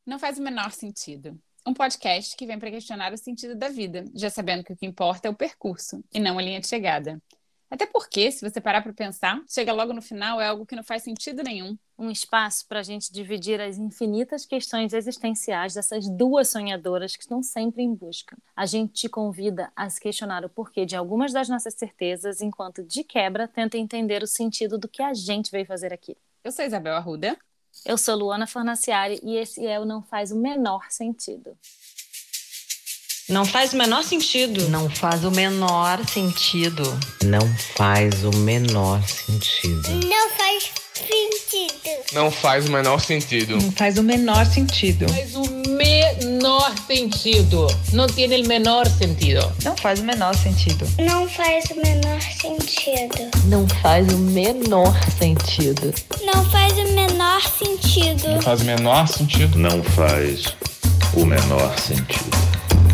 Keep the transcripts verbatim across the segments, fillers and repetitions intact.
Não faz o menor sentido. Um podcast que vem para questionar o sentido da vida, já sabendo que o que importa é o percurso e não a linha de chegada. Até porque, se você parar para pensar, chega logo no final é algo que não faz sentido nenhum. Um espaço para a gente dividir as infinitas questões existenciais dessas duas sonhadoras que estão sempre em busca. A gente te convida a se questionar o porquê de algumas das nossas certezas, enquanto, de quebra, tenta entender o sentido do que a gente veio fazer aqui. Eu sou Isabel Arruda. Eu sou Luana Fornaciari e esse é o Não Faz o Menor Sentido. Não faz o menor sentido. Não faz o menor sentido. Não faz o menor sentido. Não faz sentido. Não faz o menor sentido. Não faz o menor sentido. Faz o menor sentido. Não tem o menor sentido. Não faz o menor sentido. Não faz o menor sentido. Não faz o menor sentido. Não faz o menor sentido. Não faz o menor sentido. Não faz o menor sentido.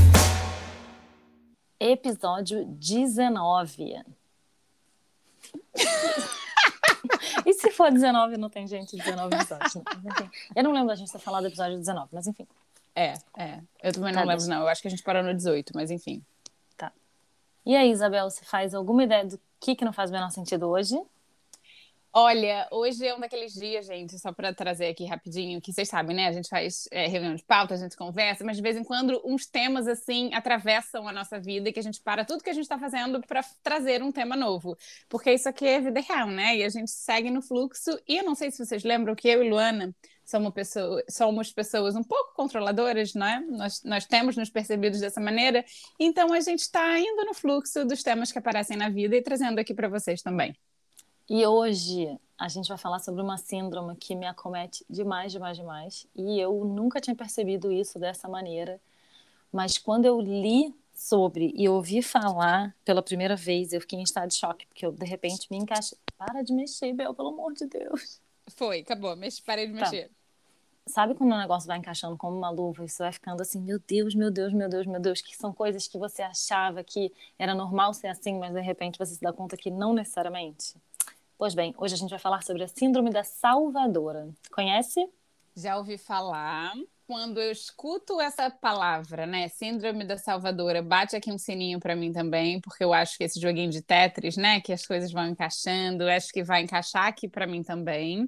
Episódio dezenove. E se for dezenove, não tem gente dezenove episódios. Né? Enfim, eu não lembro da gente ter falado do episódio dezenove, mas enfim. É, é. Eu também não Tá, lembro, deixa. não. Eu acho que a gente parou no dezoito, mas enfim. Tá. E aí, Isabel, você faz alguma ideia do que, que não faz o menor sentido hoje? Olha, hoje é um daqueles dias, gente, só para trazer aqui rapidinho, que vocês sabem, né? A gente faz é, reunião de pauta, a gente conversa, mas de vez em quando uns temas, assim, atravessam a nossa vida e que a gente para tudo que a gente está fazendo para trazer um tema novo. Porque isso aqui é vida real, né? E a gente segue no fluxo. E eu não sei se vocês lembram que eu e Luana somos, pessoa, somos pessoas um pouco controladoras, não é? Nós, nós temos nos percebido dessa maneira. Então a gente está indo no fluxo dos temas que aparecem na vida e trazendo aqui para vocês também. E hoje a gente vai falar sobre uma síndrome que me acomete demais, demais, demais. E eu nunca tinha percebido isso dessa maneira. Mas quando eu li sobre e ouvi falar pela primeira vez, eu fiquei em estado de choque, porque eu, de repente, me encaixei. Para de mexer, Bel, pelo amor de Deus. Foi, acabou. Mexe, parei de mexer. Tá. Sabe quando o negócio vai encaixando como uma luva e você vai ficando assim, meu Deus, meu Deus, meu Deus, meu Deus, que são coisas que você achava que era normal ser assim, mas de repente você se dá conta que não necessariamente? Pois bem, hoje a gente vai falar sobre a Síndrome da Salvadora. Conhece? Já ouvi falar. Quando eu escuto essa palavra, né, Síndrome da Salvadora, bate aqui um sininho para mim também, porque eu acho que esse joguinho de Tetris, né, que as coisas vão encaixando, acho que vai encaixar aqui para mim também.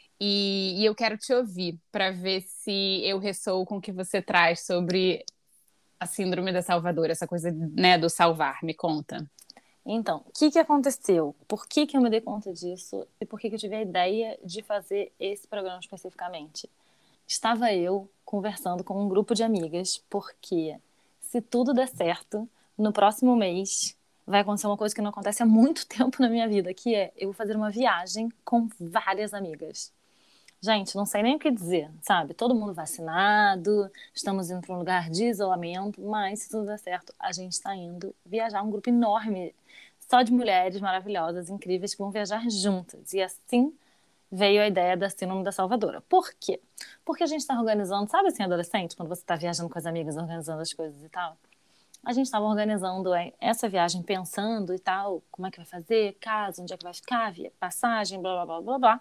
E, e eu quero te ouvir para ver se eu ressoo com o que você traz sobre a Síndrome da Salvadora, essa coisa, né, do salvar. Me conta. Então, o que, que aconteceu? Por que, que eu me dei conta disso? E por que, que eu tive a ideia de fazer esse programa especificamente? Estava eu conversando com um grupo de amigas, porque se tudo der certo, no próximo mês vai acontecer uma coisa que não acontece há muito tempo na minha vida, que é, eu vou fazer uma viagem com várias amigas. Gente, não sei nem o que dizer, sabe? Todo mundo vacinado, estamos indo para um lugar de isolamento, mas se tudo der certo, a gente está indo viajar, um grupo enorme, só de mulheres maravilhosas, incríveis, que vão viajar juntas. E assim veio a ideia da Síndrome da Salvadora. Por quê? Porque a gente está organizando, sabe assim, adolescente, quando você está viajando com as amigas, organizando as coisas e tal? A gente estava organizando essa viagem, pensando e tal, como é que vai fazer, casa, onde é que vai ficar, passagem, blá, blá, blá, blá, blá.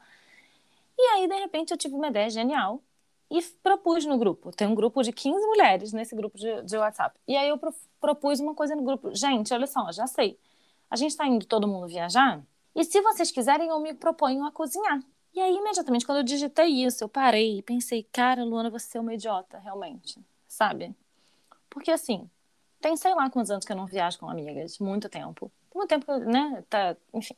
E aí, de repente, eu tive uma ideia genial e propus no grupo. Tem um grupo de quinze mulheres nesse grupo de, de WhatsApp. E aí eu pro, propus uma coisa no grupo. Gente, olha só, já sei. A gente está indo todo mundo viajar e se vocês quiserem, eu me proponho a cozinhar. E aí, imediatamente, quando eu digitei isso, eu parei e pensei, cara, Luana, você é uma idiota, realmente. Sabe? Porque, assim, tem sei lá quantos anos que eu não viajo com amigas. Muito tempo. Muito tempo, né? Tá, enfim.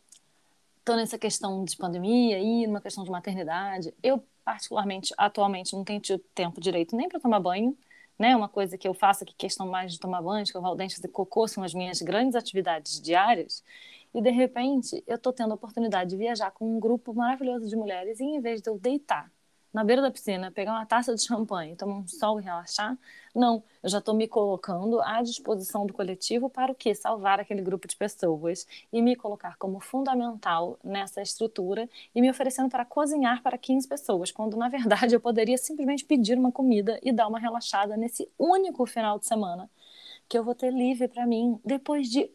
Tô nessa questão de pandemia e numa questão de maternidade. Eu, particularmente, atualmente, não tenho tido tempo direito nem para tomar banho, né? Uma coisa que eu faço aqui, questão mais de tomar banho, escovar o dente, fazer cocô, são as minhas grandes atividades diárias. E, de repente, eu tô tendo a oportunidade de viajar com um grupo maravilhoso de mulheres e, em vez de eu deitar na beira da piscina, pegar uma taça de champanhe, tomar um sol e relaxar, não, eu já estou me colocando à disposição do coletivo para o quê? Salvar aquele grupo de pessoas e me colocar como fundamental nessa estrutura e me oferecendo para cozinhar para quinze pessoas, quando na verdade eu poderia simplesmente pedir uma comida e dar uma relaxada nesse único final de semana que eu vou ter livre para mim depois de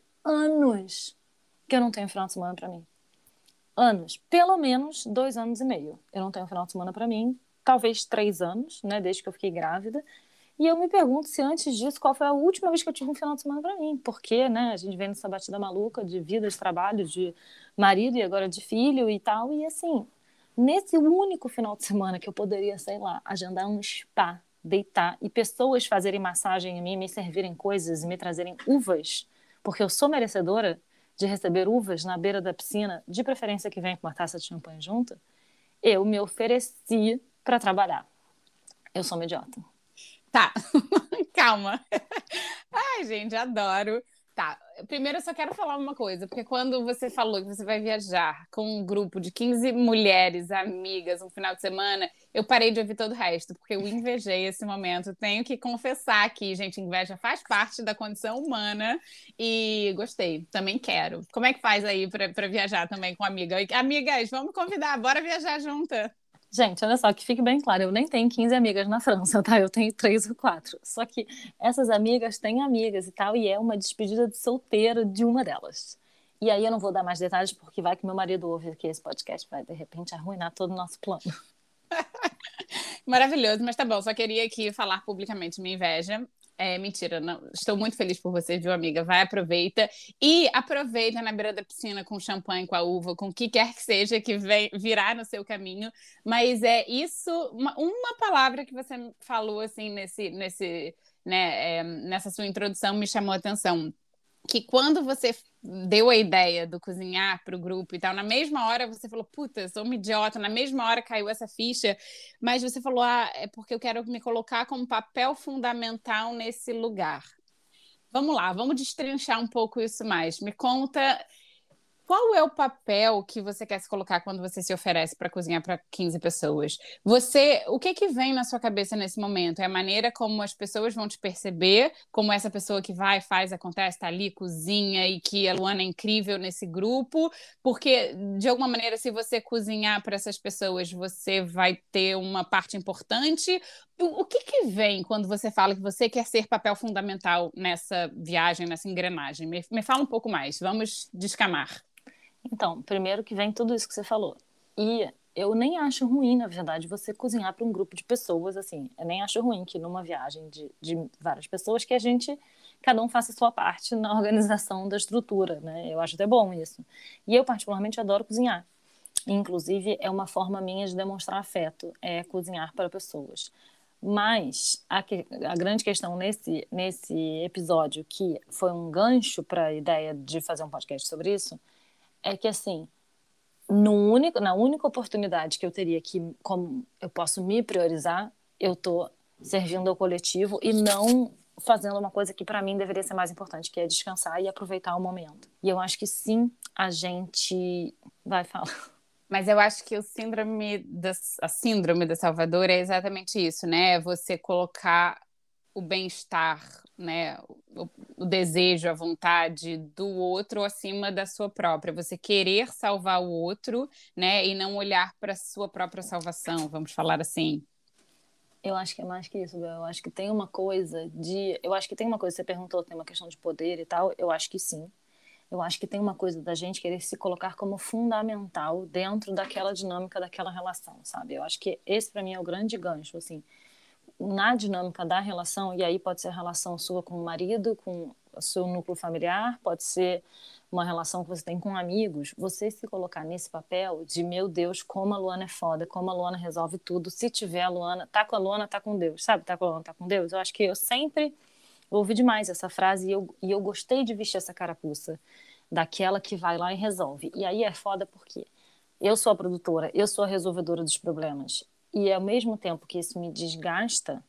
anos que eu não tenho final de semana para mim. Anos, pelo menos dois anos e meio. Eu não tenho final de semana para mim talvez três anos, né, desde que eu fiquei grávida. E eu me pergunto se antes disso, qual foi a última vez que eu tive um final de semana para mim. Porque, né, a gente vem nessa batida maluca de vida, de trabalho, de marido e agora de filho e tal. E assim, nesse único final de semana que eu poderia, sei lá, agendar um spa, deitar e pessoas fazerem massagem em mim, me servirem coisas e me trazerem uvas, porque eu sou merecedora de receber uvas na beira da piscina, de preferência que venha com uma taça de champanhe junto, eu me ofereci para trabalhar. Eu sou uma idiota. Tá, calma. Ai, gente, adoro. Tá, primeiro eu só quero falar uma coisa, porque quando você falou que você vai viajar com um grupo de quinze mulheres, amigas, um final de semana, eu parei de ouvir todo o resto, porque eu invejei esse momento. Tenho que confessar aqui, gente, inveja faz parte da condição humana e gostei, também quero. Como é que faz aí para viajar também com amiga? Amigas, vamos convidar, bora viajar junta. Gente, olha só, que fique bem claro, eu nem tenho quinze amigas na França, tá? Eu tenho três ou quatro. Só que essas amigas têm amigas e tal, e é uma despedida de solteiro de uma delas. E aí eu não vou dar mais detalhes, porque vai que meu marido ouve aqui esse podcast, vai de repente arruinar todo o nosso plano. Maravilhoso, mas tá bom, só queria aqui falar publicamente minha inveja. É, mentira, não, estou muito feliz por você, viu, amiga? Vai, aproveita. E aproveita na beira da piscina com champanhe, com a uva, com o que quer que seja que vem, virá no seu caminho. Mas é isso, uma, uma palavra que você falou, assim, nesse, nesse, né, é, nessa sua introdução me chamou a atenção. Que quando você deu a ideia do cozinhar para o grupo e tal, na mesma hora você falou, puta, sou uma idiota, na mesma hora caiu essa ficha, mas você falou, ah, é porque eu quero me colocar como papel fundamental nesse lugar. Vamos lá, vamos destrinchar um pouco isso mais. Me conta, qual é o papel que você quer se colocar quando você se oferece para cozinhar para quinze pessoas? Você, o que que vem na sua cabeça nesse momento? É a maneira como as pessoas vão te perceber, como essa pessoa que vai, faz, acontece, está ali, cozinha e que a Luana é incrível nesse grupo? Porque, de alguma maneira, se você cozinhar para essas pessoas, você vai ter uma parte importante. O, o que que vem quando você fala que você quer ser papel fundamental nessa viagem, nessa engrenagem? Me, me fala um pouco mais, vamos descamar. Então, primeiro que vem tudo isso que você falou. E eu nem acho ruim, na verdade, você cozinhar para um grupo de pessoas, assim. Eu nem acho ruim que numa viagem de, de várias pessoas que a gente, cada um faça a sua parte na organização da estrutura, né? Eu acho até bom isso. E eu, particularmente, adoro cozinhar. Inclusive, é uma forma minha de demonstrar afeto, é cozinhar para pessoas. Mas a, que, a grande questão nesse, nesse episódio, que foi um gancho para a ideia de fazer um podcast sobre isso, é que, assim, no único, na única oportunidade que eu teria que, como eu posso me priorizar, eu tô servindo ao coletivo e não fazendo uma coisa que, para mim, deveria ser mais importante, que é descansar e aproveitar o momento. E eu acho que, sim, a gente... Vai, fala. Mas eu acho que o síndrome da, a síndrome da Salvador é exatamente isso, né? Você colocar o bem-estar, né, o, o desejo, a vontade do outro acima da sua própria. Você querer salvar o outro, né, e não olhar para a sua própria salvação, vamos falar assim. Eu acho que é mais que isso, Bel. Eu acho que tem uma coisa de... Eu acho que tem uma coisa, você perguntou, tem uma questão de poder e tal, eu acho que sim. Eu acho que tem uma coisa da gente querer se colocar como fundamental dentro daquela dinâmica, daquela relação, sabe? Eu acho que esse, para mim, é o grande gancho, assim. Na dinâmica da relação, e aí pode ser a relação sua com o marido, com o seu núcleo familiar, pode ser uma relação que você tem com amigos, você se colocar nesse papel de, meu Deus, como a Luana é foda, como a Luana resolve tudo, se tiver a Luana, tá com a Luana, tá com Deus, sabe? Tá com a Luana, tá com Deus. Eu acho que eu sempre ouvi demais essa frase e eu, e eu gostei de vestir essa carapuça daquela que vai lá e resolve. E aí é foda porque eu sou a produtora, eu sou a resolvedora dos problemas. E ao mesmo tempo que isso me desgasta,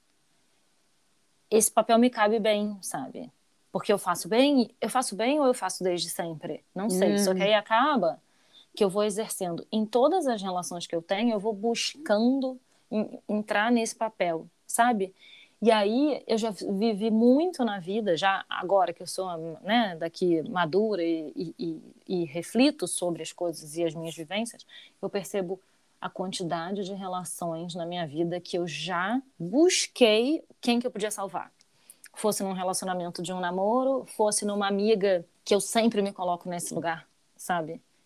esse papel me cabe bem, sabe? Porque eu faço bem, eu faço bem ou eu faço desde sempre? Não sei, hum. Só que aí acaba que eu vou exercendo. Em todas as relações que eu tenho, eu vou buscando em, entrar nesse papel, sabe? E aí eu já vivi muito na vida, já agora que eu sou, né, daqui madura e, e, e reflito sobre as coisas e as minhas vivências, eu percebo a quantidade de relações na minha vida que eu já busquei quem que eu podia salvar. Fosse num relacionamento de um namoro, fosse numa amiga, que eu sempre me coloco nesse lugar, sabe?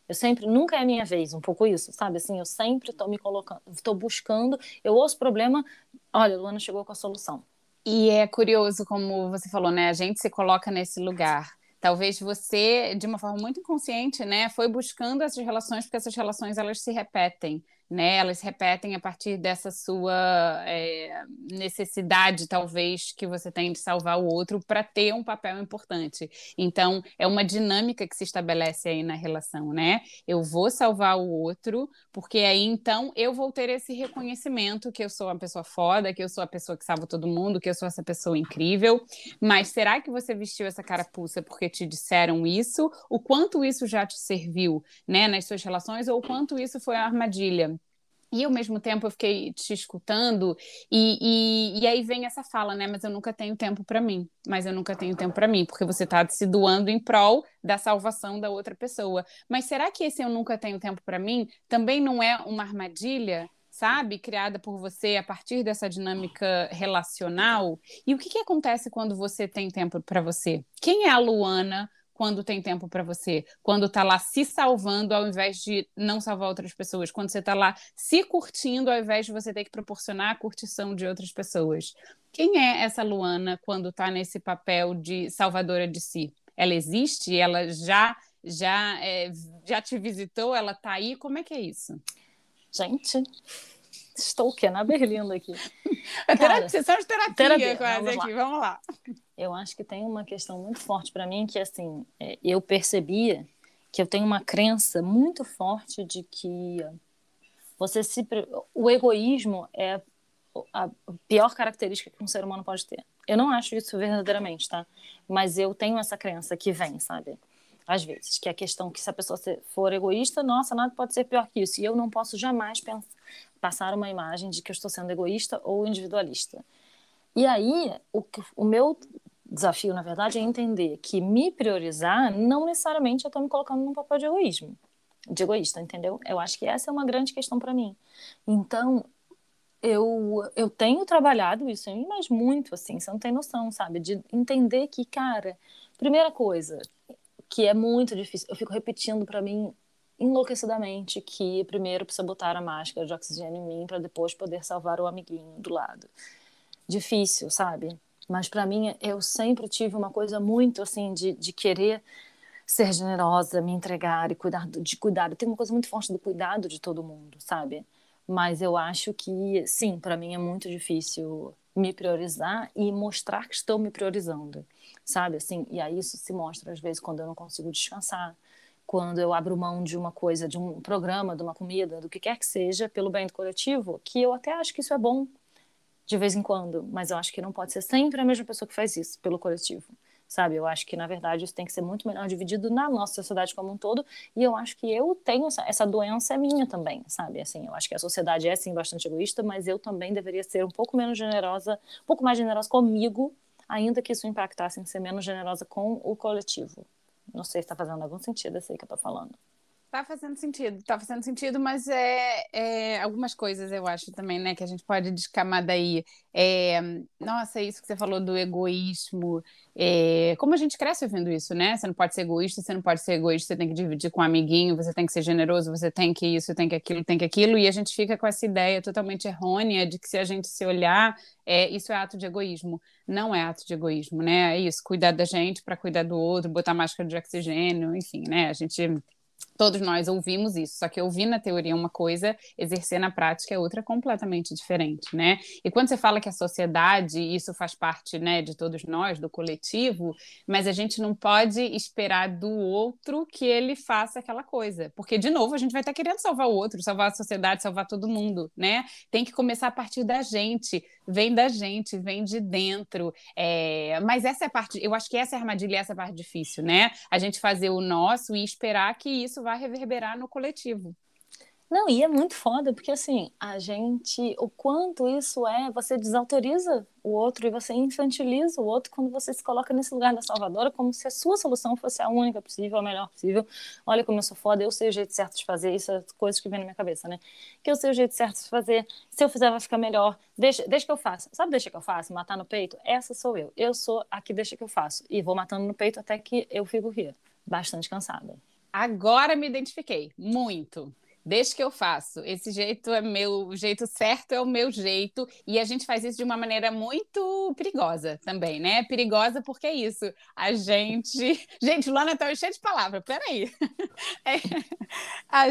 Eu sempre, nunca é a minha vez, um pouco isso, sabe? Assim, eu sempre tô me colocando, tô buscando, eu ouço o problema, olha, a Luana chegou com a solução. E é curioso como você falou, né? A gente se coloca nesse lugar. Talvez você, de uma forma muito inconsciente, né, foi buscando essas relações, porque essas relações elas se repetem, né? Elas se repetem a partir dessa sua é, necessidade, talvez, que você tem de salvar o outro para ter um papel importante. Então, é uma dinâmica que se estabelece aí na relação, né? Eu vou salvar o outro, porque aí, então, eu vou ter esse reconhecimento que eu sou uma pessoa foda, que eu sou a pessoa que salva todo mundo, que eu sou essa pessoa incrível. Mas será que você vestiu essa carapuça porque te disseram isso? O quanto isso já te serviu, né, nas suas relações, ou o quanto isso foi uma armadilha? E ao mesmo tempo eu fiquei te escutando e, e, e aí vem essa fala, né? Mas eu nunca tenho tempo para mim. Mas eu nunca tenho tempo para mim, porque você está se doando em prol da salvação da outra pessoa. Mas será que esse eu nunca tenho tempo para mim também não é uma armadilha, sabe? Criada por você a partir dessa dinâmica relacional? E o que, que acontece quando você tem tempo para você? Quem é a Luana quando tem tempo para você, quando tá lá se salvando ao invés de não salvar outras pessoas, quando você tá lá se curtindo ao invés de você ter que proporcionar a curtição de outras pessoas? Quem é essa Luana quando tá nesse papel de salvadora de si? Ela existe? Ela já já é, já te visitou? Ela tá aí? Como é que é isso? Gente, estou o quê? Na Berlinda aqui. A terapia, sessão de terapia, terapia quase vamos aqui, lá. vamos lá. Eu acho que tem uma questão muito forte para mim, que assim, é, eu percebia que eu tenho uma crença muito forte de que você se... o egoísmo é a pior característica que um ser humano pode ter. Eu não acho isso verdadeiramente, tá? Mas eu tenho essa crença que vem, sabe? Às vezes, que é a questão que se a pessoa for egoísta, nossa, nada pode ser pior que isso. E eu não posso jamais pensar, passar uma imagem de que eu estou sendo egoísta ou individualista. E aí, o, o meu desafio, na verdade, é entender que me priorizar não necessariamente eu estou me colocando num papel de egoísmo, de egoísta, entendeu? Eu acho que essa é uma grande questão para mim. Então, eu, eu tenho trabalhado isso em mim, mas muito, assim, você não tem noção, sabe? De entender que, cara, primeira coisa, que é muito difícil, eu fico repetindo para mim enlouquecidamente que primeiro precisa botar a máscara de oxigênio em mim para depois poder salvar o amiguinho do lado. Difícil, sabe? Mas para mim, eu sempre tive uma coisa muito assim de, de querer ser generosa, me entregar e cuidar de cuidado. Eu tenho uma coisa muito forte do cuidado de todo mundo, sabe? Mas eu acho que, sim, para mim é muito difícil me priorizar e mostrar que estou me priorizando, sabe? Assim, e aí isso se mostra às vezes quando eu não consigo descansar, quando eu abro mão de uma coisa, de um programa, de uma comida, do que quer que seja, pelo bem do coletivo, que eu até acho que isso é bom de vez em quando, mas eu acho que não pode ser sempre a mesma pessoa que faz isso pelo coletivo, sabe? Eu acho que, na verdade, isso tem que ser muito melhor dividido na nossa sociedade como um todo, e eu acho que eu tenho essa, essa doença é minha também, sabe? Assim, eu acho que a sociedade é, sim, bastante egoísta, mas eu também deveria ser um pouco menos generosa, um pouco mais generosa comigo, ainda que isso impactasse em ser menos generosa com o coletivo. Não sei se está fazendo algum sentido isso aí que eu tô falando. Tá fazendo sentido, tá fazendo sentido, mas é, é algumas coisas eu acho também, né, que a gente pode descamar daí. É, nossa, isso que você falou do egoísmo, é, como a gente cresce ouvindo isso, né? Você não pode ser egoísta, você não pode ser egoísta, você tem que dividir com um amiguinho, você tem que ser generoso, você tem que isso, tem que aquilo, tem que aquilo, e a gente fica com essa ideia totalmente errônea de que se a gente se olhar, é, isso é ato de egoísmo. Não é ato de egoísmo, né? É isso, cuidar da gente para cuidar do outro, botar máscara de oxigênio, enfim, né? A gente... Todos nós ouvimos isso, só que ouvir na teoria é uma coisa, exercer na prática é outra completamente diferente, né? E quando você fala que a sociedade, isso faz parte, né, de todos nós, do coletivo, mas a gente não pode esperar do outro que ele faça aquela coisa, porque, de novo, a gente vai estar querendo salvar o outro, salvar a sociedade, salvar todo mundo, né? Tem que começar a partir da gente, vem da gente, vem de dentro, é... mas essa é a parte, eu acho que essa é a armadilha, essa é a parte difícil, né? A gente fazer o nosso e esperar que isso vai reverberar no coletivo. Não, e é muito foda, porque assim, a gente, o quanto isso é, você desautoriza o outro e você infantiliza o outro quando você se coloca nesse lugar da salvadora, como se a sua solução fosse a única possível, a melhor possível. Olha como eu sou foda, eu sei o jeito certo de fazer, isso é coisas que vem na minha cabeça, né? Que eu sei o jeito certo de fazer, se eu fizer vai ficar melhor, deixa, deixa que eu faça. Sabe deixa que eu faço? Matar no peito? Essa sou eu. Eu sou a que deixa que eu faço. E vou matando no peito até que eu fico aqui, bastante cansada. Agora me identifiquei, muito. Desde que eu faço. Esse jeito é meu, o jeito certo é o meu jeito. E a gente faz isso de uma maneira muito perigosa também, né? Perigosa porque é isso. A gente... Gente, Luana tá cheia de palavras, peraí. É... A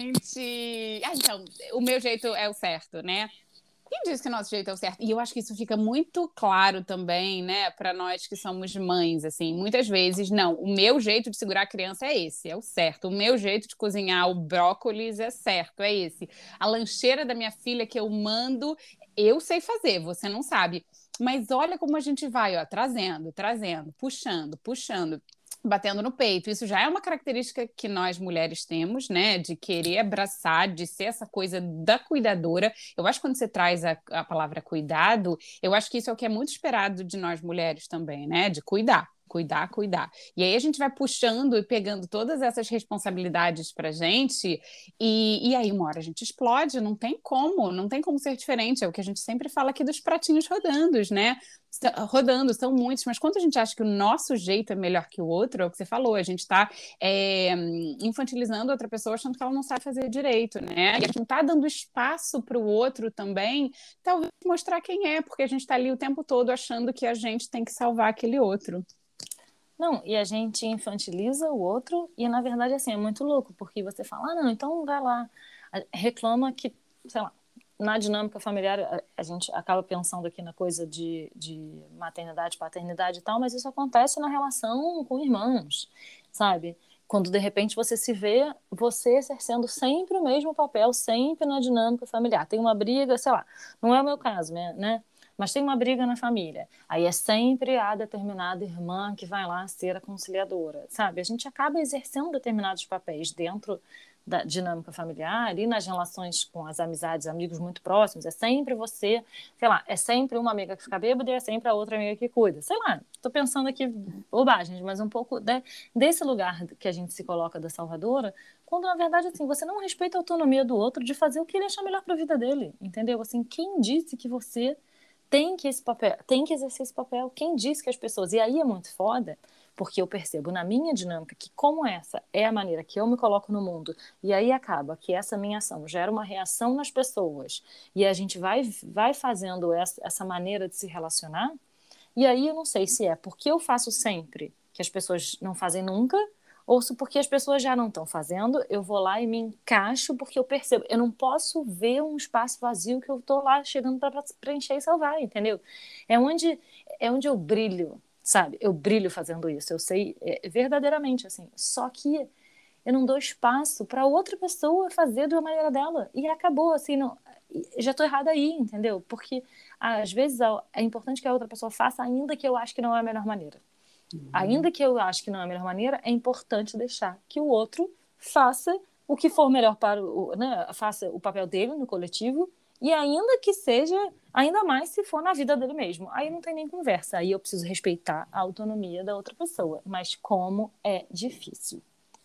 gente... Ah, então, o meu jeito é o certo, né? Quem diz que o nosso jeito é o certo? E eu acho que isso fica muito claro também, né, para nós que somos mães, assim, muitas vezes, não, o meu jeito de segurar a criança é esse, é o certo, o meu jeito de cozinhar o brócolis é certo, é esse. A lancheira da minha filha que eu mando, eu sei fazer, você não sabe. Mas olha como a gente vai, ó, trazendo, trazendo, puxando, puxando, batendo no peito. Isso já é uma característica que nós mulheres temos, né? De querer abraçar, de ser essa coisa da cuidadora. Eu acho que quando você traz a, a palavra cuidado, eu acho que isso é o que é muito esperado de nós mulheres também, né? De cuidar. Cuidar, cuidar. E aí a gente vai puxando e pegando todas essas responsabilidades pra gente e, e aí uma hora a gente explode, não tem como, não tem como ser diferente, é o que a gente sempre fala aqui dos pratinhos rodando, né? Rodando, são muitos, mas quando a gente acha que o nosso jeito é melhor que o outro, é o que você falou, a gente está é, infantilizando outra pessoa achando que ela não sabe fazer direito, né? E a gente não está dando espaço para o outro também, talvez mostrar quem é, porque a gente está ali o tempo todo achando que a gente tem que salvar aquele outro. Não, e a gente infantiliza o outro e, na verdade, assim, é muito louco, porque você fala, ah, não, então vai lá, reclama que, sei lá, na dinâmica familiar, a, a gente acaba pensando aqui na coisa de, de maternidade, paternidade e tal, mas isso acontece na relação com irmãos, sabe? Quando, de repente, você se vê, você exercendo sempre o mesmo papel, sempre na dinâmica familiar. Tem uma briga, sei lá, não é o meu caso, né? Mas tem uma briga na família. Aí é sempre a determinada irmã que vai lá ser a conciliadora, sabe? A gente acaba exercendo determinados papéis dentro da dinâmica familiar e nas relações com as amizades, amigos muito próximos. É sempre você, sei lá, é sempre uma amiga que fica bêbada e é sempre a outra amiga que cuida. Sei lá, tô pensando aqui bobagens, mas um pouco de, desse lugar que a gente se coloca da salvadora, quando na verdade assim, você não respeita a autonomia do outro de fazer o que ele achar melhor para a vida dele, entendeu? Assim, quem disse que você tem que esse papel, tem que exercer esse papel? Quem disse que as pessoas... E aí é muito foda, porque eu percebo na minha dinâmica que como essa é a maneira que eu me coloco no mundo, e aí acaba que essa minha ação gera uma reação nas pessoas, e a gente vai, vai fazendo essa, essa maneira de se relacionar, e aí eu não sei se é porque eu faço sempre, que as pessoas não fazem nunca, ou se porque as pessoas já não estão fazendo, eu vou lá e me encaixo porque eu percebo. Eu não posso ver um espaço vazio que eu estou lá chegando para preencher e salvar, entendeu? É onde, é onde eu brilho, sabe? Eu brilho fazendo isso, eu sei é, verdadeiramente, assim. Só que eu não dou espaço para outra pessoa fazer da maneira dela. E acabou, assim, não, já estou errada aí, entendeu? Porque às vezes é importante que a outra pessoa faça, ainda que eu acho que não é a melhor maneira. Uhum. Ainda que eu acho que não é a melhor maneira, é importante deixar que o outro faça o que for melhor para o, né, faça o papel dele no coletivo, e ainda que seja, ainda mais se for na vida dele mesmo. Aí não tem nem conversa, aí eu preciso respeitar a autonomia da outra pessoa, mas como é difícil.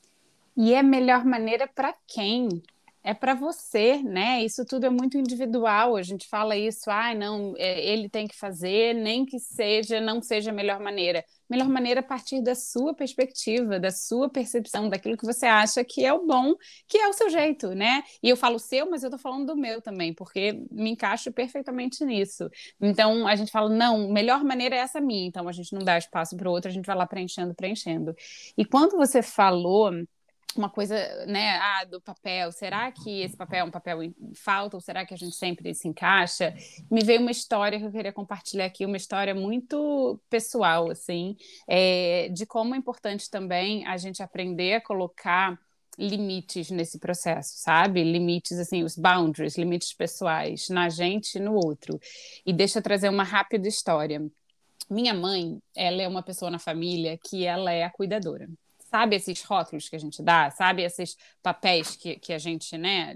E é a melhor maneira para quem? É para você, né? Isso tudo é muito individual. A gente fala isso, ah, não, é, ele tem que fazer, nem que seja, não seja a melhor maneira. Melhor maneira a partir da sua perspectiva, da sua percepção, daquilo que você acha que é o bom, que é o seu jeito, né? E eu falo seu, mas eu tô falando do meu também, porque me encaixo perfeitamente nisso. Então, a gente fala, não, melhor maneira é essa minha. Então, a gente não dá espaço para o outro, a gente vai lá preenchendo, preenchendo. E quando você falou uma coisa, né, ah, do papel, será que esse papel é um papel em falta ou será que a gente sempre se encaixa? Me veio uma história que eu queria compartilhar aqui, uma história muito pessoal, assim, é, de como é importante também a gente aprender a colocar limites nesse processo, sabe? Limites, assim, os boundaries, limites pessoais, na gente e no outro. E deixa eu trazer uma rápida história. Minha mãe, ela é uma pessoa na família que ela é a cuidadora. Sabe esses rótulos que a gente dá? Sabe esses papéis que, que a gente, né,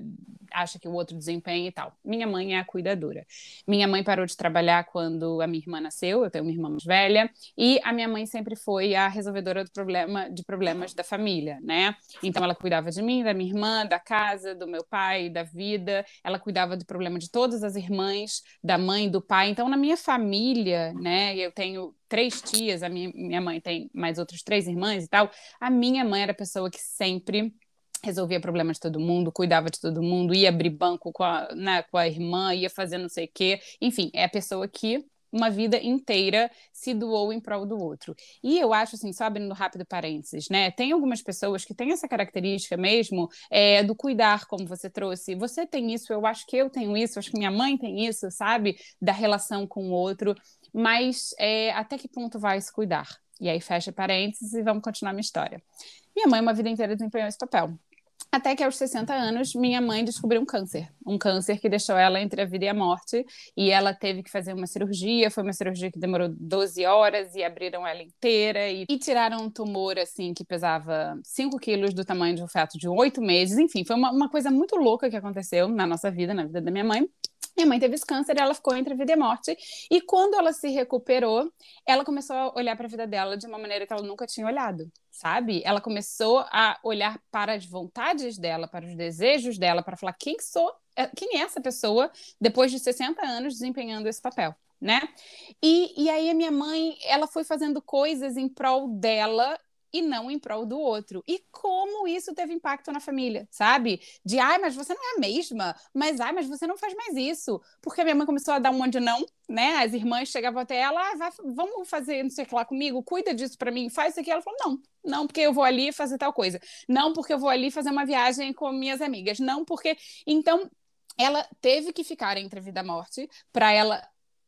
acha que o outro desempenha e tal. Minha mãe é a cuidadora. Minha mãe parou de trabalhar quando a minha irmã nasceu, eu tenho uma irmã mais velha, e a minha mãe sempre foi a resolvedora do problema, de problemas da família, né? Então ela cuidava de mim, da minha irmã, da casa, do meu pai, da vida, ela cuidava do problema de todas as irmãs, da mãe, do pai. Então na minha família, né, eu tenho três tias, a minha, minha mãe tem mais outras três irmãs e tal, a minha mãe era a pessoa que sempre resolvia problemas de todo mundo, cuidava de todo mundo, ia abrir banco com a, né, com a irmã, ia fazer não sei o quê. Enfim, é a pessoa que uma vida inteira se doou em prol do outro. E eu acho, assim, só abrindo rápido parênteses, né? Tem algumas pessoas que têm essa característica mesmo é, do cuidar, como você trouxe. Você tem isso, eu acho que eu tenho isso, acho que minha mãe tem isso, sabe? Da relação com o outro. Mas é, até que ponto vai se cuidar? E aí fecha parênteses e vamos continuar minha história. Minha mãe uma vida inteira desempenhou esse papel. Até que aos sessenta anos, minha mãe descobriu um câncer. Um câncer que deixou ela entre a vida e a morte. E ela teve que fazer uma cirurgia. Foi uma cirurgia que demorou doze horas e abriram ela inteira. E, e tiraram um tumor, assim, que pesava cinco quilos do tamanho de um feto de oito meses. Enfim, foi uma, uma coisa muito louca que aconteceu na nossa vida, na vida da minha mãe. Minha mãe teve esse câncer e ela ficou entre a vida e a morte. E quando ela se recuperou, ela começou a olhar para a vida dela de uma maneira que ela nunca tinha olhado, sabe? Ela começou a olhar para as vontades dela, para os desejos dela, para falar quem sou, quem é essa pessoa depois de sessenta anos desempenhando esse papel, né? E, e aí a minha mãe, ela foi fazendo coisas em prol dela e não em prol do outro. E como isso teve impacto na família, sabe? De, ai, mas você não é a mesma, mas, ai, mas você não faz mais isso. Porque a minha mãe começou a dar um monte de não, né? As irmãs chegavam até ela, ah, vai, vamos fazer não sei o que lá comigo, cuida disso pra mim, faz isso aqui. Ela falou, não, não porque eu vou ali fazer tal coisa. Não porque eu vou ali fazer uma viagem com minhas amigas. Não porque... Então, ela teve que ficar entre a vida e a morte para ela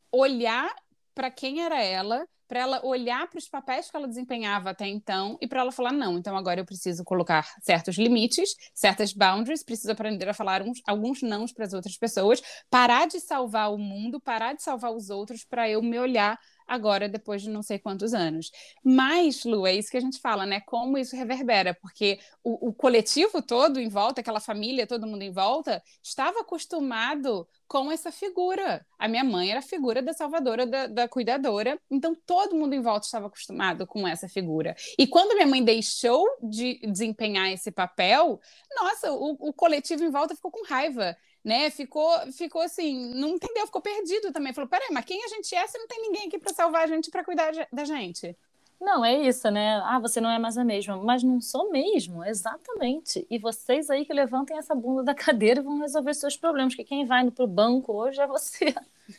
olhar para quem era ela, para ela olhar para os papéis que ela desempenhava até então e para ela falar, não, então agora eu preciso colocar certos limites, certas boundaries, preciso aprender a falar uns, alguns nãos para as outras pessoas, parar de salvar o mundo, parar de salvar os outros para eu me olhar agora, depois de não sei quantos anos. Mas, Lu, é isso que a gente fala, né? Como isso reverbera, porque o, o coletivo todo em volta, aquela família, todo mundo em volta, estava acostumado com essa figura. A minha mãe era a figura da salvadora, da, da cuidadora, então todo mundo em volta estava acostumado com essa figura. E quando minha mãe deixou de desempenhar esse papel, nossa, o, o coletivo em volta ficou com raiva, né? Ficou, ficou assim, não entendeu, ficou perdido também. Falou, peraí, mas quem a gente é se não tem ninguém aqui para salvar a gente, para cuidar da gente? Não, é isso, né? Ah, você não é mais a mesma. Mas não sou mesmo, exatamente. E vocês aí que levantem essa bunda da cadeira e vão resolver seus problemas, porque quem vai indo pro banco hoje é você.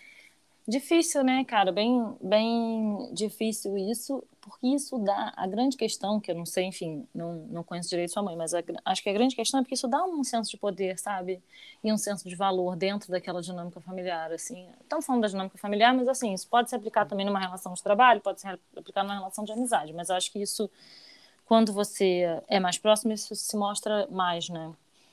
Difícil, né, cara? Bem, bem difícil isso, porque isso dá... A grande questão, que eu não sei, enfim, não, não conheço direito sua mãe, mas a, acho que a grande questão é porque isso dá um senso de poder, sabe? E um senso de valor dentro daquela dinâmica familiar, assim. Estamos falando da dinâmica familiar, mas, assim, isso pode se aplicar também numa relação de trabalho, pode se aplicar numa relação de amizade, mas eu acho que isso, quando você é mais próximo, isso se mostra mais, né?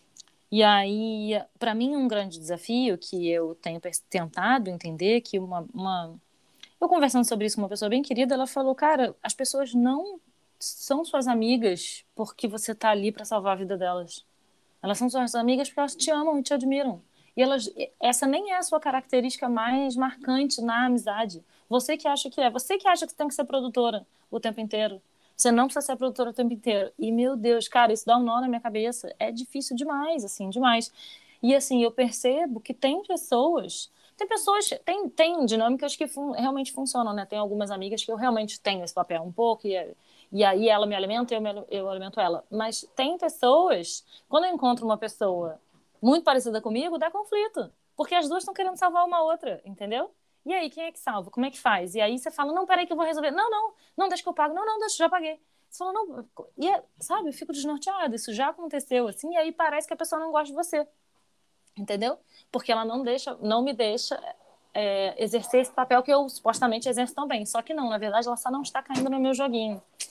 E aí, para mim, um grande desafio que eu tenho tentado entender, que uma, uma... Eu conversando sobre isso com uma pessoa bem querida, ela falou, cara, as pessoas não são suas amigas porque você tá ali para salvar a vida delas. Elas são suas amigas porque elas te amam e te admiram. E elas, essa nem é a sua característica mais marcante na amizade. Você que acha que é. Você que acha que tem que ser produtora o tempo inteiro. Você não precisa ser produtora o tempo inteiro. E, meu Deus, cara, isso dá um nó na minha cabeça. É difícil demais, assim, demais. E, assim, eu percebo que tem pessoas... Tem pessoas... Tem, tem dinâmicas que fun, realmente funcionam, né? Tem algumas amigas que eu realmente tenho esse papel um pouco. E, e aí ela me alimenta e eu, me, eu alimento ela. Mas tem pessoas... Quando eu encontro uma pessoa muito parecida comigo, dá conflito. Porque as duas estão querendo salvar uma outra, entendeu? E aí, quem é que salva? Como é que faz? E aí você fala, não, peraí que eu vou resolver. Não, não, não, deixa que eu pago. Não, não, deixa, já paguei. Você fala, não... E, é, sabe, eu fico desnorteada. Isso já aconteceu, assim, e aí parece que a pessoa não gosta de você. Entendeu? Porque ela não deixa, não me deixa é, exercer esse papel que eu supostamente exerço tão bem. Só que não, na verdade, ela só não está caindo no meu joguinho.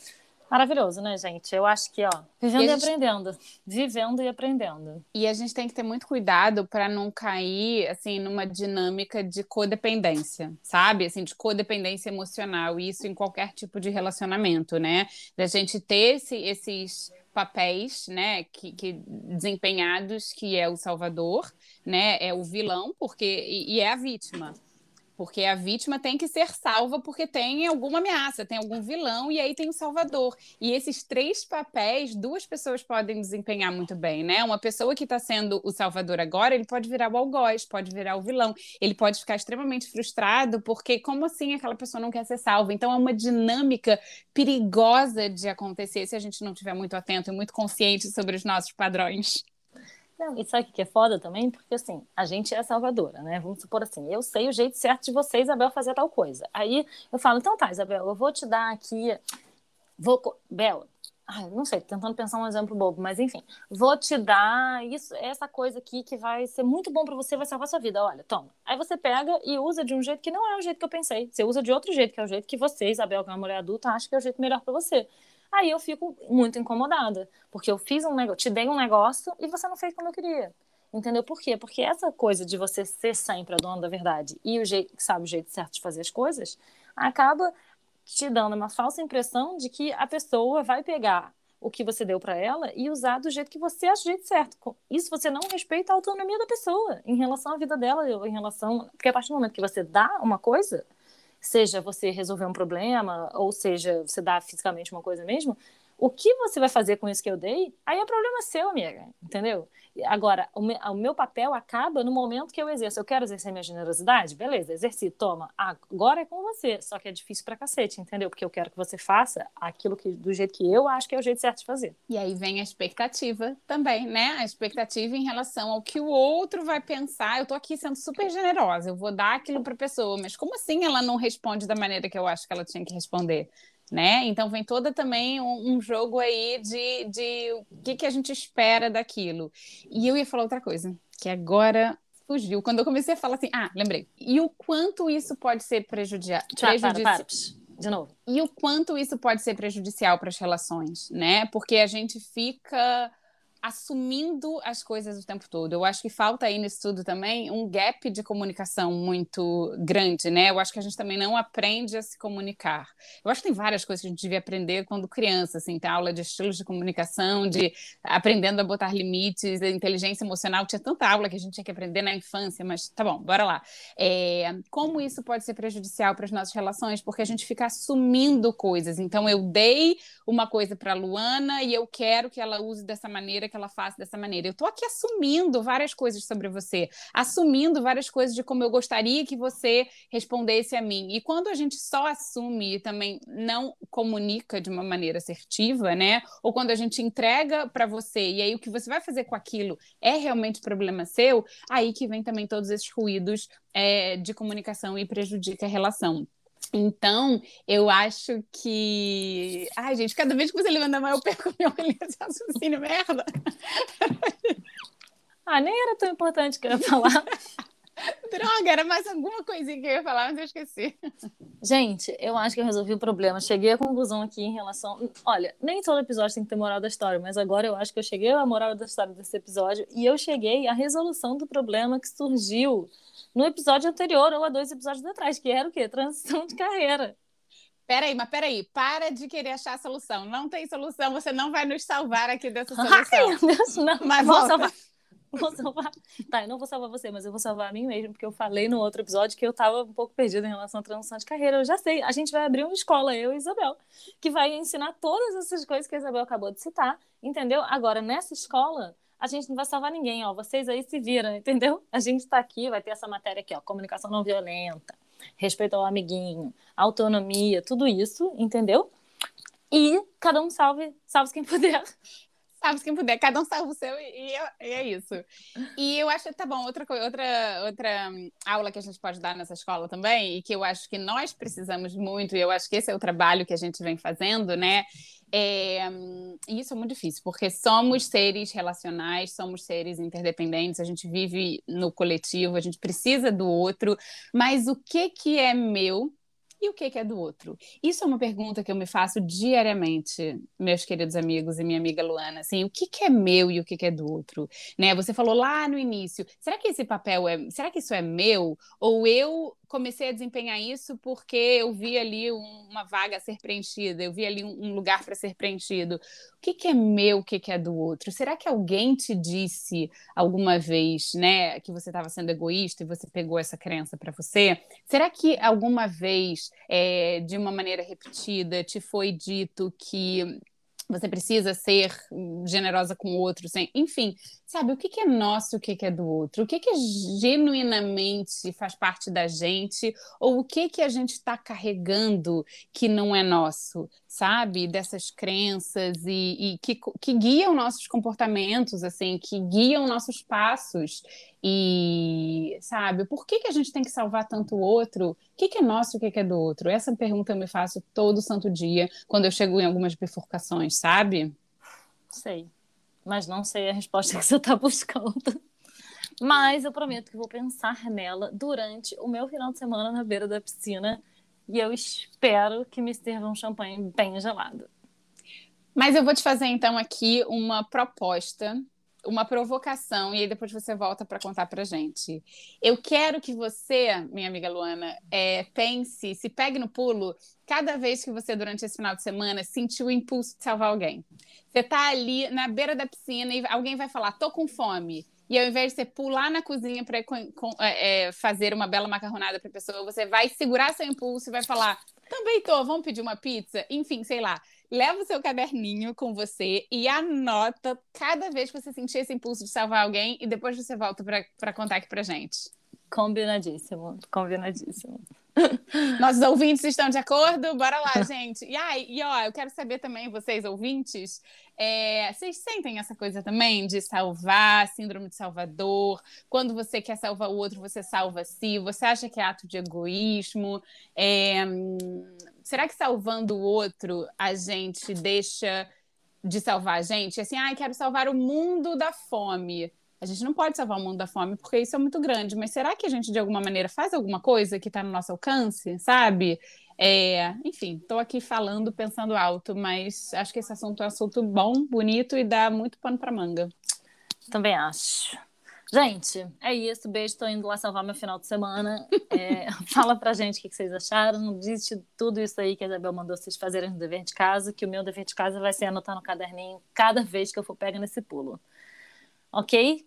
Maravilhoso, né, gente? Eu acho que, ó, vivendo e, e gente... aprendendo. Vivendo e aprendendo. E a gente tem que ter muito cuidado para não cair, assim, numa dinâmica de codependência, sabe? Assim, de codependência emocional. E isso em qualquer tipo de relacionamento, né? Da gente ter esse, esses papéis, né, que, que desempenhados, que é o salvador, né? É o vilão, porque e, e é a vítima. Porque a vítima tem que ser salva porque tem alguma ameaça, tem algum vilão, e aí tem o salvador. E esses três papéis, duas pessoas podem desempenhar muito bem, né? Uma pessoa que está sendo o salvador agora, ele pode virar o algoz, pode virar o vilão. Ele pode ficar extremamente frustrado porque como assim aquela pessoa não quer ser salva? Então é uma dinâmica perigosa de acontecer se a gente não estiver muito atento e muito consciente sobre os nossos padrões. Não, e sabe o que é foda também? Porque, assim, a gente é salvadora, né? Vamos supor assim, eu sei o jeito certo de você, Isabel, fazer tal coisa. Aí eu falo, então tá, Isabel, eu vou te dar aqui... Vou... Bela, ai, não sei, tentando pensar um exemplo bobo, mas enfim. Vou te dar isso, essa coisa aqui que vai ser muito bom pra você, vai salvar sua vida. Olha, toma. Aí você pega e usa de um jeito que não é o jeito que eu pensei. Você usa de outro jeito, que é o jeito que você, Isabel, que é uma mulher adulta, acha que é o jeito melhor pra você. Aí eu fico muito incomodada, porque eu fiz um negócio, te dei um negócio e você não fez como eu queria. Entendeu? Por quê? Porque essa coisa de você ser sempre a dona da verdade e o jeito, sabe o jeito certo de fazer as coisas, acaba te dando uma falsa impressão de que a pessoa vai pegar o que você deu para ela e usar do jeito que você acha o jeito certo. Isso você não respeita a autonomia da pessoa em relação à vida dela, em relação... Porque a partir do momento que você dá uma coisa... seja você resolver um problema, ou seja, você dá fisicamente uma coisa mesmo, o que você vai fazer com isso que eu dei, aí é problema seu, amiga, entendeu? Agora, o meu, o meu papel acaba no momento que eu exerço. Eu quero exercer minha generosidade? Beleza, exerci, toma. Agora é com você, só que é difícil pra cacete, entendeu? Porque eu quero que você faça aquilo que, do jeito que eu acho que é o jeito certo de fazer. E aí vem a expectativa também, né? A expectativa em relação ao que o outro vai pensar. Eu tô aqui sendo super generosa, eu vou dar aquilo pra pessoa, mas como assim ela não responde da maneira que eu acho que ela tinha que responder? Né? Então vem toda também um, um jogo aí de, de o que, que a gente espera daquilo. E eu ia falar outra coisa, que agora fugiu. Quando eu comecei a falar assim, ah, lembrei. E o quanto isso pode ser prejudicial. Para, para, para. De novo. E o quanto isso pode ser prejudicial para as relações, né? Porque a gente fica assumindo as coisas o tempo todo. Eu acho que falta aí nesse tudo também um gap de comunicação muito grande, né? Eu acho que a gente também não aprende a se comunicar. Eu acho que tem várias coisas que a gente devia aprender quando criança, assim, tem aula de estilos de comunicação, de aprendendo a botar limites, inteligência emocional, tinha tanta aula que a gente tinha que aprender na infância, mas tá bom, bora lá. É, como isso pode ser prejudicial para as nossas relações? Porque a gente fica assumindo coisas. Então eu dei uma coisa para a Luana e eu quero que ela use dessa maneira, que ela faça dessa maneira. Eu tô aqui assumindo várias coisas sobre você, assumindo várias coisas de como eu gostaria que você respondesse a mim. E quando a gente só assume e também não comunica de uma maneira assertiva, né? Ou quando a gente entrega para você e aí o que você vai fazer com aquilo é realmente problema seu, aí que vem também todos esses ruídos é, de comunicação e prejudica a relação. Então, eu acho que... Ai, gente, cada vez que você levanta a mão, eu perco meu linha de raciocínio, merda. Ah, nem era tão importante que eu ia falar. Droga, era mais alguma coisinha que eu ia falar, mas eu esqueci. Gente, eu acho que eu resolvi o problema. Cheguei à conclusão aqui em relação... Olha, nem todo episódio tem que ter moral da história, mas agora eu acho que eu cheguei à moral da história desse episódio e eu cheguei à resolução do problema que surgiu no episódio anterior ou a dois episódios atrás, que era o quê? Transição de carreira. Peraí, mas peraí, para de querer achar a solução. Não tem solução, você não vai nos salvar aqui dessa solução. Ai, meu Deus, não. Mas vou volta. salvar. Vou salvar. Tá, eu não vou salvar você, mas eu vou salvar a mim mesmo, porque eu falei no outro episódio que eu tava um pouco perdida em relação à transição de carreira. Eu já sei, a gente vai abrir uma escola, eu e Isabel, que vai ensinar todas essas coisas que a Isabel acabou de citar, entendeu? Agora, nessa escola, a gente não vai salvar ninguém, ó. Vocês aí se viram, entendeu? A gente tá aqui, vai ter essa matéria aqui, ó. Comunicação não violenta, respeito ao amiguinho, autonomia, tudo isso, entendeu? E cada um salve, salve quem puder. Salve quem puder, cada um salva o seu e, e é isso. E eu acho que tá bom, outra, outra, outra aula que a gente pode dar nessa escola também, e que eu acho que nós precisamos muito, e eu acho que esse é o trabalho que a gente vem fazendo, né? É, e isso é muito difícil, porque somos seres relacionais, somos seres interdependentes, a gente vive no coletivo, a gente precisa do outro, mas o que que é meu E o que, que é do outro? Isso é uma pergunta que eu me faço diariamente, meus queridos amigos e minha amiga Luana. Assim, o que, que é meu e o que, que é do outro? Né? Você falou lá no início, será que esse papel é... Será que isso é meu? Ou eu comecei a desempenhar isso porque eu vi ali um, uma vaga a ser preenchida, eu vi ali um, um lugar para ser preenchido. O que, que é meu, o que, que é do outro? Será que alguém te disse alguma vez, né, que você estava sendo egoísta e você pegou essa crença para você? Será que alguma vez, é, de uma maneira repetida, te foi dito que você precisa ser generosa com o outro, sem... enfim, sabe, o que, que é nosso e o que, que é do outro? O que, que genuinamente faz parte da gente ou o que, que a gente está carregando que não é nosso, sabe? Dessas crenças e, e que, que guiam nossos comportamentos, assim, que guiam nossos passos e, sabe, por que, que a gente tem que salvar tanto o outro? O que, que é nosso e o que, que é do outro? Essa pergunta eu me faço todo santo dia quando eu chego em algumas bifurcações, sabe? Sei, mas não sei a resposta que você está buscando. Mas eu prometo que vou pensar nela durante o meu final de semana na beira da piscina e eu espero que me sirva um champanhe bem gelado. Mas eu vou te fazer então aqui uma proposta, uma provocação, e aí depois você volta para contar pra gente. Eu quero que você, minha amiga Luana, é, pense, se pegue no pulo, cada vez que você, durante esse final de semana, sentiu o impulso de salvar alguém. Você tá ali na beira da piscina e alguém vai falar, tô com fome. E ao invés de você pular na cozinha para é, fazer uma bela macarronada para a pessoa, você vai segurar seu impulso e vai falar, também tô, vamos pedir uma pizza? Enfim, sei lá. Leva o seu caderninho com você e anota cada vez que você sentir esse impulso de salvar alguém e depois você volta para contar aqui pra gente. Combinadíssimo, combinadíssimo. Nossos ouvintes estão de acordo? Bora lá, gente. E, ai, e ó, eu quero saber também, vocês ouvintes, é, vocês sentem essa coisa também de salvar, síndrome de salvador? Quando você quer salvar o outro, você salva a si? Você acha que é ato de egoísmo? É, será que salvando o outro a gente deixa de salvar a gente? Assim, ai, quero salvar o mundo da fome. A gente não pode salvar o mundo da fome porque isso é muito grande, mas será que a gente, de alguma maneira, faz alguma coisa que está no nosso alcance, sabe? É, enfim, estou aqui falando, pensando alto, mas acho que esse assunto é um assunto bom, bonito e dá muito pano para manga. Também acho. Gente, é isso. Beijo, estou indo lá salvar meu final de semana. É, fala pra gente o que vocês acharam. Não desiste de tudo isso aí que a Isabel mandou vocês fazerem no dever de casa, que o meu dever de casa vai ser anotar no caderninho cada vez que eu for pegar nesse pulo. Ok?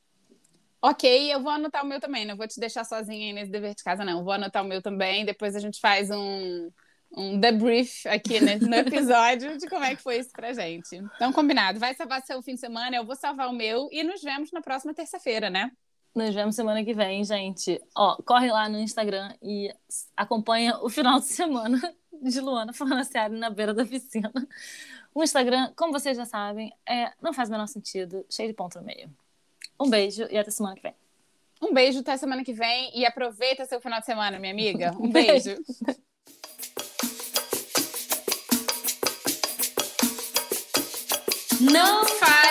Ok, eu vou anotar o meu também, não vou te deixar sozinha aí nesse dever de casa, não. Vou anotar o meu também, depois a gente faz um, um debrief aqui né, no episódio de como é que foi isso pra gente. Então, combinado. Vai salvar seu fim de semana, eu vou salvar o meu e nos vemos na próxima terça-feira, né? Nos vemos semana que vem, gente. Ó, corre lá no Instagram e acompanha o final de semana de Luana Fornaciari na beira da piscina. O Instagram, como vocês já sabem, é, não faz o menor sentido, cheio de ponto no meio. Um beijo e até semana que vem. Um beijo, até semana que vem e aproveita seu final de semana, minha amiga. Um beijo. Não faz